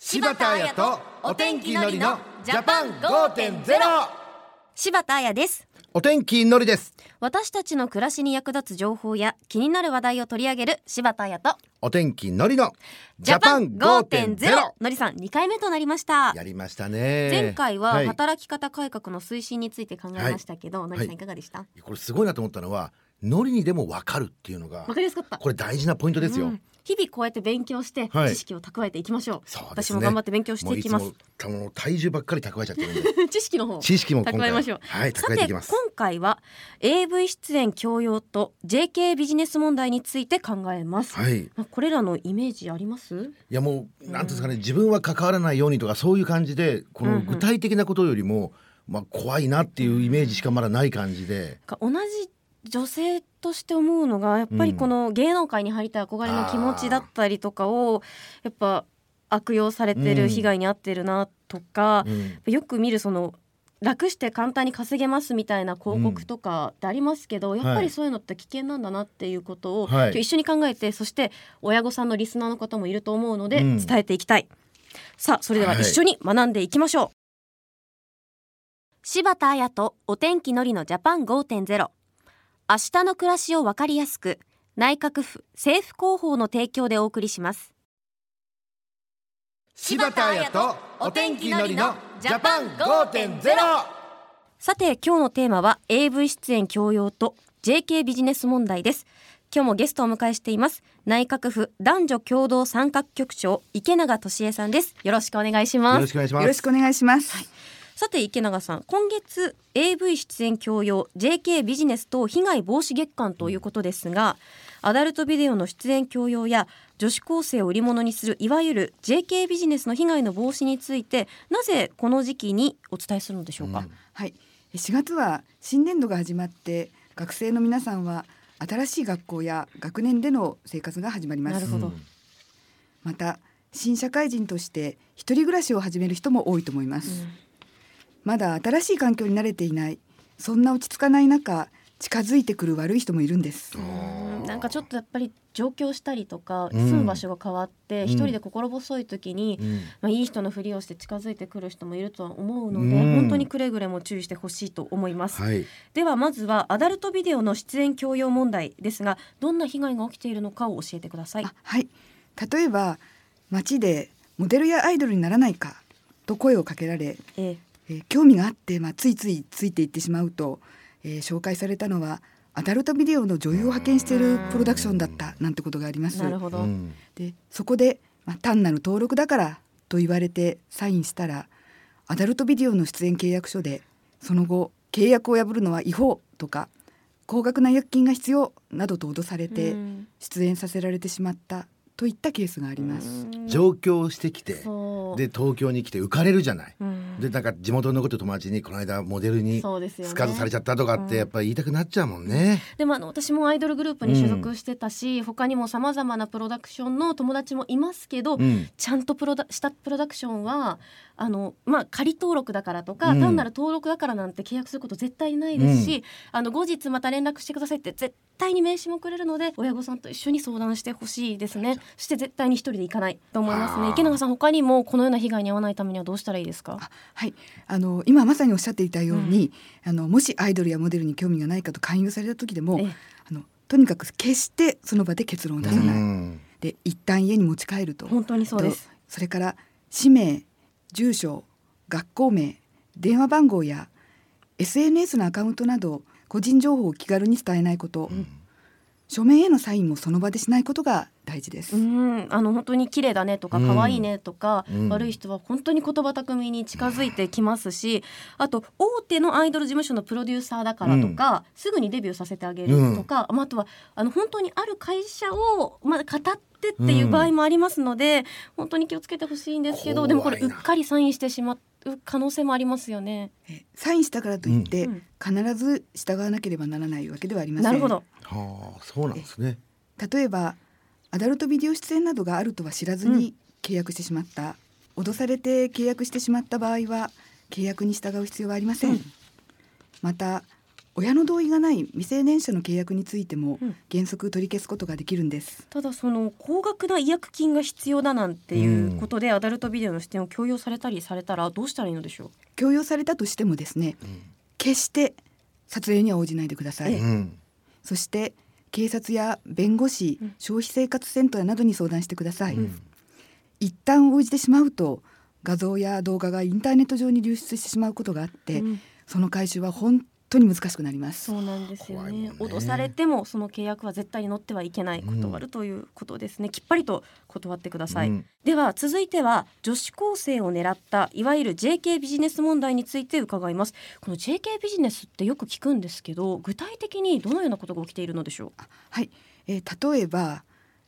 柴田彩とお天気のりのジャパン 5.0。 柴田彩です。 お天気のりです。 私たちの暮らしに役立つ情報や気になる話題を取り上げる柴田彩とお天気のりのジャパン 5.0。 のりさん2回目となりました。 やりましたね。 前回は働き方改革の推進について考えましたけど、のりさんいかがでした？ これすごいなと思ったのは、のりにでも分かるっていうのが分かりやすかった。 これ大事なポイントですよ、 日々こうやって勉強して知識を蓄えていきましょう。 そうですね、 私も頑張って勉強していきます。 もう体重ばっかり蓄えちゃってるんで知識の方も蓄えましょう。 蓄えていきます。 さて今回は AV 出演強要と JK ビジネス問題について考えます、これらのイメージあります？ いやもうなんていうんですかね、自分は関わらないようにとかそういう感じで、この具体的なことよりも、怖いなっていうイメージしかまだない感じで、 同じ女性として思うのがやっぱりこの芸能界に入りたい憧れの気持ちだったりとかをやっぱ悪用されてる、被害に遭ってるなとか、よく見るその楽して簡単に稼げますみたいな広告とかってありますけど、やっぱりそういうのって危険なんだなっていうことを、今日一緒に考えて、そして親御さんのリスナーの方もいると思うので伝えていきたい、さあそれでは一緒に学んでいきましょう、柴田彩とお天気のりのジャパン 5.0。 明日の暮らしを分かりやすく、内閣府政府広報の提供でお送りします。 柴田彩とお天気のりのジャパン 5.0。 さて今日のテーマは AV 出演強要と JK ビジネス問題です。今日もゲストをお迎えしています。内閣府男女共同参画局長池永俊恵さんです。よろしくお願いします。 よろしくお願いします。 よろしくお願いします、 さて池永さん、今月 AV 出演強要 JK ビジネス等被害防止月間ということですが、アダルトビデオの出演強要や女子高生を売り物にするいわゆる JK ビジネスの被害の防止について、なぜこの時期にお伝えするのでしょうか？ 4月は新年度が始まって、学生の皆さんは新しい学校や学年での生活が始まります。 なるほど。 また新社会人として一人暮らしを始める人も多いと思います、まだ新しい環境に慣れていない、そんな落ち着かない中近づいてくる悪い人もいるんです。 なんかちょっとやっぱり上京したりとか住む場所が変わって一人で心細い時に、いい人のふりをして近づいてくる人もいるとは思うので、本当にくれぐれも注意してほしいと思います、ではまずはアダルトビデオの出演強要問題ですが、どんな被害が起きているのかを教えてください。 例えば街でモデルやアイドルにならないかと声をかけられ、興味があって、ついついついていってしまうと、紹介されたのはアダルトビデオの女優を派遣しているプロダクションだったなんてことがあります。 なるほど。 でそこで、単なる登録だからと言われてサインしたら、アダルトビデオの出演契約書でその後契約を破るのは違法とか高額な違約金が必要などと脅されて出演させられてしまったといったケースがあります。 上京してきて、で東京に来て浮かれるじゃない、でなんか地元に残ってる友達にこの間モデルにスカウトされちゃったとかってやっぱり言いたくなっちゃうもんね、 でも私もアイドルグループに所属してたし、他にもさまざまなプロダクションの友達もいますけど、ちゃんとしたプロダクションは仮登録だからとか、単なる登録だからなんて契約すること絶対ないですし、後日また連絡してくださいって絶対に名刺もくれるので、親御さんと一緒に相談してほしいですね。そして絶対に一人で行かないと思いますね。池永さん、他にもこのような被害に遭わないためにはどうしたらいいですか？ 今まさにおっしゃっていたように、もしアイドルやモデルに興味がないかと勧誘された時でも、とにかく決してその場で結論を出さない、で一旦家に持ち帰ると。 本当にそうです。 それから氏名、住所、学校名、電話番号や SNS のアカウントなど個人情報を気軽に伝えないこと、書面へのサインもその場でしないことが大事です。 本当に綺麗だねとか可愛いねとか、悪い人は本当に言葉巧みに近づいてきますし、あと大手のアイドル事務所のプロデューサーだからとか、すぐにデビューさせてあげるとか、あとは本当にある会社を語ってっていう場合もありますので、本当に気をつけてほしいんですけど、でもこれうっかりサインしてしまう可能性もありますよね。 サインしたからといって、必ず従わなければならないわけではありません。 なるほど。 そうなんですね。 例えばアダルトビデオ出演などがあるとは知らずに契約してしまった、脅されて契約してしまった場合は契約に従う必要はありません、また親の同意がない未成年者の契約についても原則取り消すことができるんです。 ただその高額な違約金が必要だなんていうことで、アダルトビデオの視点を強要されたりされたらどうしたらいいのでしょう。 強要されたとしてもですね、決して撮影には応じないでください。そして警察や弁護士、消費生活センターなどに相談してください。一旦応じてしまうと画像や動画がインターネット上に流出してしまうことがあって、その回収は本当に難しくなります。 そうなんですよね。脅されてもその契約は絶対に乗ってはいけない、断るということですね。きっぱりと断ってください。では続いては女子高生を狙ったいわゆる JK ビジネス問題について伺います。この JK ビジネスってよく聞くんですけど、具体的にどのようなことが起きているのでしょう。 はい、例えば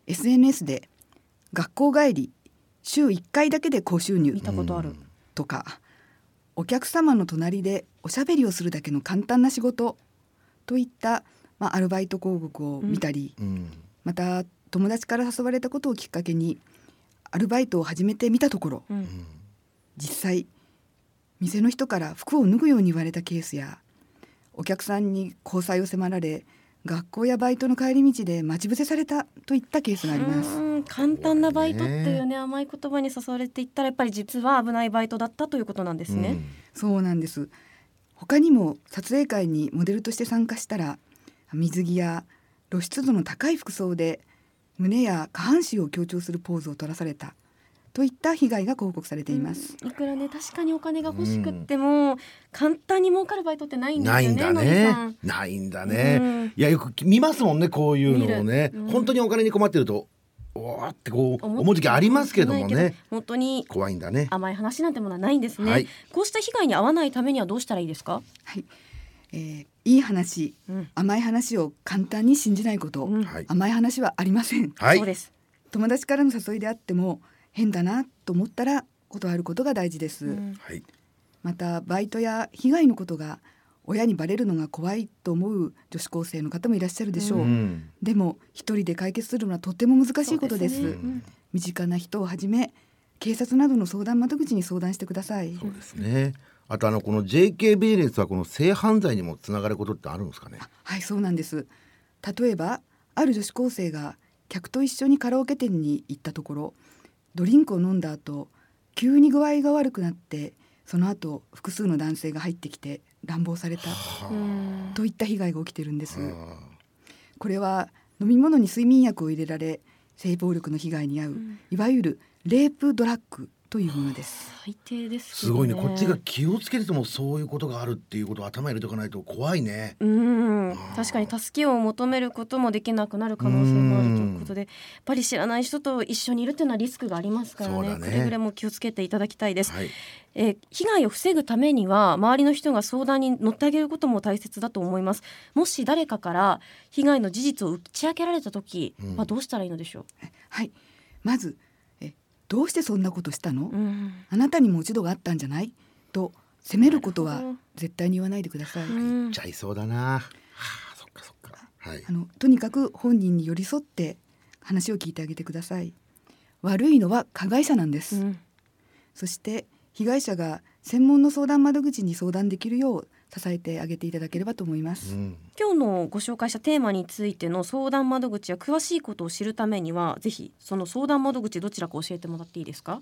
SNS で学校帰り週1回だけで高収入見たことあるとか、お客様の隣でおしゃべりをするだけの簡単な仕事といった、アルバイト広告を見たり、また友達から誘われたことをきっかけにアルバイトを始めてみたところ、実際店の人から服を脱ぐように言われたケースや、お客さんに交際を迫られ学校やバイトの帰り道で待ち伏せされたといったケースがあります。 簡単なバイトっていうね、甘い言葉に誘われていったらやっぱり実は危ないバイトだったということなんですね。 そうなんです。他にも撮影会にモデルとして参加したら水着や露出度の高い服装で胸や下半身を強調するポーズを取らされたといった被害が報告されています。 いくらね、確かにお金が欲しくっても、簡単に儲かるバイトってないんですよね。 ないんだね。いや、よく見ますもんね、こういうのをね。本当にお金に困ってるとおーってこう思う時期ありますけどもね。 本当に怖いんだね。 甘い話なんてものはないんですね。こうした被害に遭わないためにはどうしたらいいですか。 いい話、甘い話を簡単に信じないこと、甘い話はありません。 そうです。 友達からの誘いであっても変だなと思ったら断ることが大事です。またバイトや被害のことが親にバレるのが怖いと思う女子高生の方もいらっしゃるでしょう。でも一人で解決するのはとても難しいことです。身近な人をはじめ警察などの相談窓口に相談してください。 そうですね。あとこの JK ビジネスはこの性犯罪にもつながることってあるんですかね。 はい、そうなんです。例えばある女子高生が客と一緒にカラオケ店に行ったところ、ドリンクを飲んだ後急に具合が悪くなって、その後複数の男性が入ってきて乱暴されたといった被害が起きているんです。これは飲み物に睡眠薬を入れられ性暴力の被害に遭う、いわゆるレイプドラッグというものです。 最低ですね。 すごいね。こっちが気をつけててもそういうことがあるっていうことを頭に入れておかないと怖いね。 確かに助けを求めることもできなくなる可能性もあるということで、やっぱり知らない人と一緒にいるというのはリスクがありますからね。くれぐれも気をつけていただきたいです。被害を防ぐためには周りの人が相談に乗ってあげることも大切だと思います。もし誰かから被害の事実を打ち明けられた時、どうしたらいいのでしょう。 まずどうしてそんなことしたの、あなたにも落ち度があったんじゃないと責めることは絶対に言わないでください。 言っちゃいそうだな。そっかそっか。 とにかく本人に寄り添って話を聞いてあげてください。悪いのは加害者なんです。そして被害者が専門の相談窓口に相談できるよう支えてあげていただければと思います。 今日のご紹介したテーマについての相談窓口や詳しいことを知るためには、ぜひその相談窓口どちらか教えてもらっていいですか。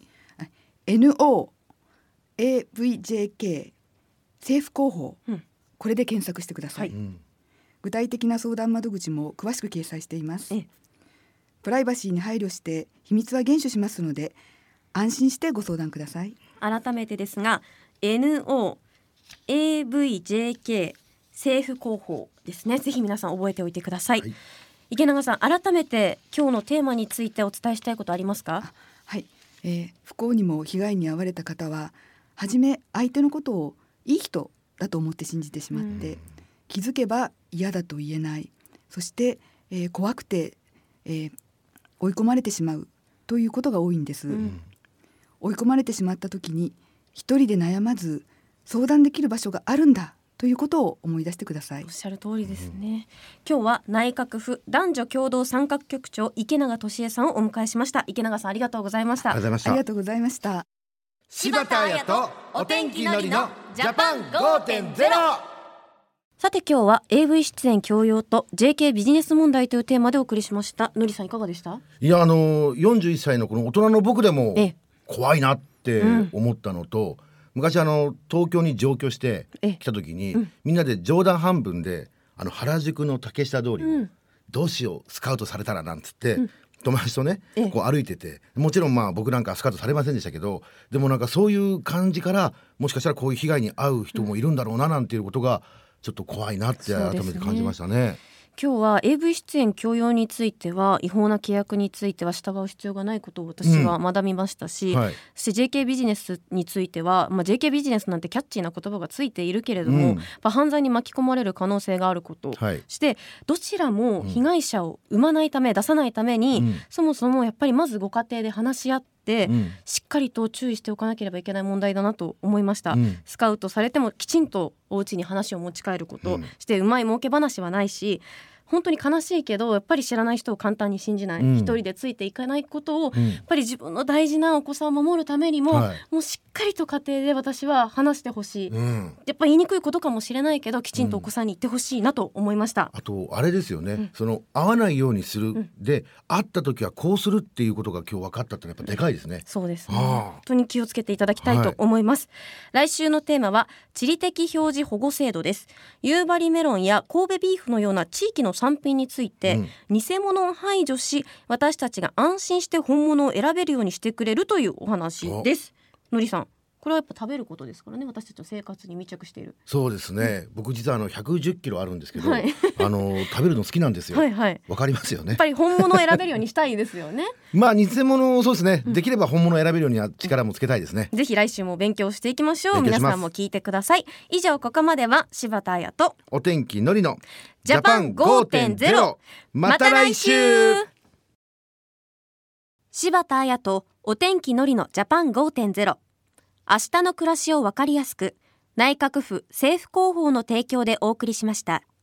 NOAVJK 政府広報、これで検索してください。具体的な相談窓口も詳しく掲載しています。プライバシーに配慮して秘密は厳守しますので安心してご相談ください。 改めてですが NOAVJK 政府広報ですね。ぜひ皆さん覚えておいてください。池永さん、改めて今日のテーマについてお伝えしたいことありますか。 不幸にも被害に遭われた方ははじめ相手のことをいい人だと思って信じてしまって、気づけば嫌だと言えない、そして、怖くて、追い込まれてしまうということが多いんです。追い込まれてしまった時に一人で悩まず相談できる場所があるんだということを思い出してください。 おっしゃる通りですね。今日は内閣府男女共同参画局長池永俊恵さんをお迎えしました。池永さん、ありがとうございました。 ありがとうございました。 柴田彩とお天気のりのジャパン 5.0。 さて今日は AV 出演強要と JK ビジネス問題というテーマでお送りしました。のりさんいかがでした？ いや41歳のこの大人の僕でも怖いなって思ったのと、昔東京に上京して来た時に、みんなで冗談半分で原宿の竹下通りをどうしようスカウトされたらなんつって、友達とねこう歩いてて、もちろんまあ僕なんかスカウトされませんでしたけど、でもなんかそういう感じからもしかしたらこういう被害に遭う人もいるんだろうななんていうことがちょっと怖いなって改めて感じましたね。 今日は AV 出演強要については違法な契約については従う必要がないことを私は学びましたし、そして JK ビジネスについては、JK ビジネスなんてキャッチーな言葉がついているけれども、犯罪に巻き込まれる可能性があること、してどちらも被害者を生まないため出さないために、そもそもやっぱりまずご家庭で話し合ってしっかりと注意しておかなければいけない問題だなと思いました。スカウトされてもきちんとお家に話を持ち帰ること、してうまい儲け話はないし、本当に悲しいけどやっぱり知らない人を簡単に信じない、一人でついていかないことを、やっぱり自分の大事なお子さんを守るためにも、もうしっかりと家庭で私は話してほしい、やっぱり言いにくいことかもしれないけどきちんとお子さんに言ってほしいなと思いました。 あとあれですよね、その会わないようにする、で会った時はこうするっていうことが今日分かったってやっぱでかいですね。 そうですね、本当に気をつけていただきたいと思います。来週のテーマは地理的表示保護制度です。夕張メロンや神戸ビーフのような地域の産品について、偽物を排除し私たちが安心して本物を選べるようにしてくれるというお話です。のりさん、これはやっぱ食べることですからね、私たちの生活に密着している。 そうですね、僕実は110キロあるんですけど、食べるの好きなんですよ。わかりますよね。 やっぱり本物を選べるようにしたいですよね。 まあ偽物をそうですね、できれば本物を選べるようには力もつけたいですね。 ぜひ来週も勉強していきましょう。皆さんも聞いてください。以上、ここまでは柴田彩とお天気のりのジャパン 5.0、 また来週。柴田彩とお天気のりのジャパン 5.0、 明日の暮らしをわかりやすく、内閣府政府広報の提供でお送りしました。